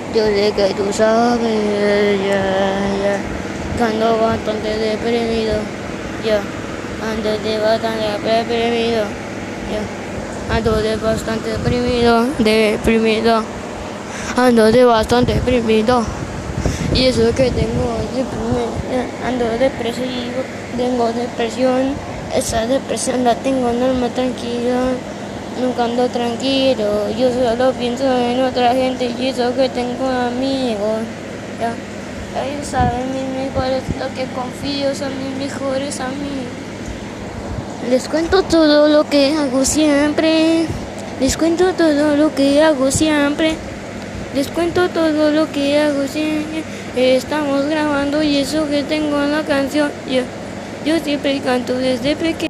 Yo sé que tú sabes, que ando bastante deprimido, ya, ando de bastante deprimido, ya, ando de bastante deprimido, ando de bastante deprimido, y eso que ando depresivo, tengo depresión, esa depresión la tengo normal tranquila. Nunca ando tranquilo, yo solo pienso en otra gente y eso que tengo amigos, ya. Ellos saben mis mejores, lo que confío son mis mejores amigos. Les cuento todo lo que hago siempre, les cuento todo lo que hago siempre, les cuento todo lo que hago siempre. Estamos grabando y eso que tengo en la canción, yo siempre canto desde pequeño.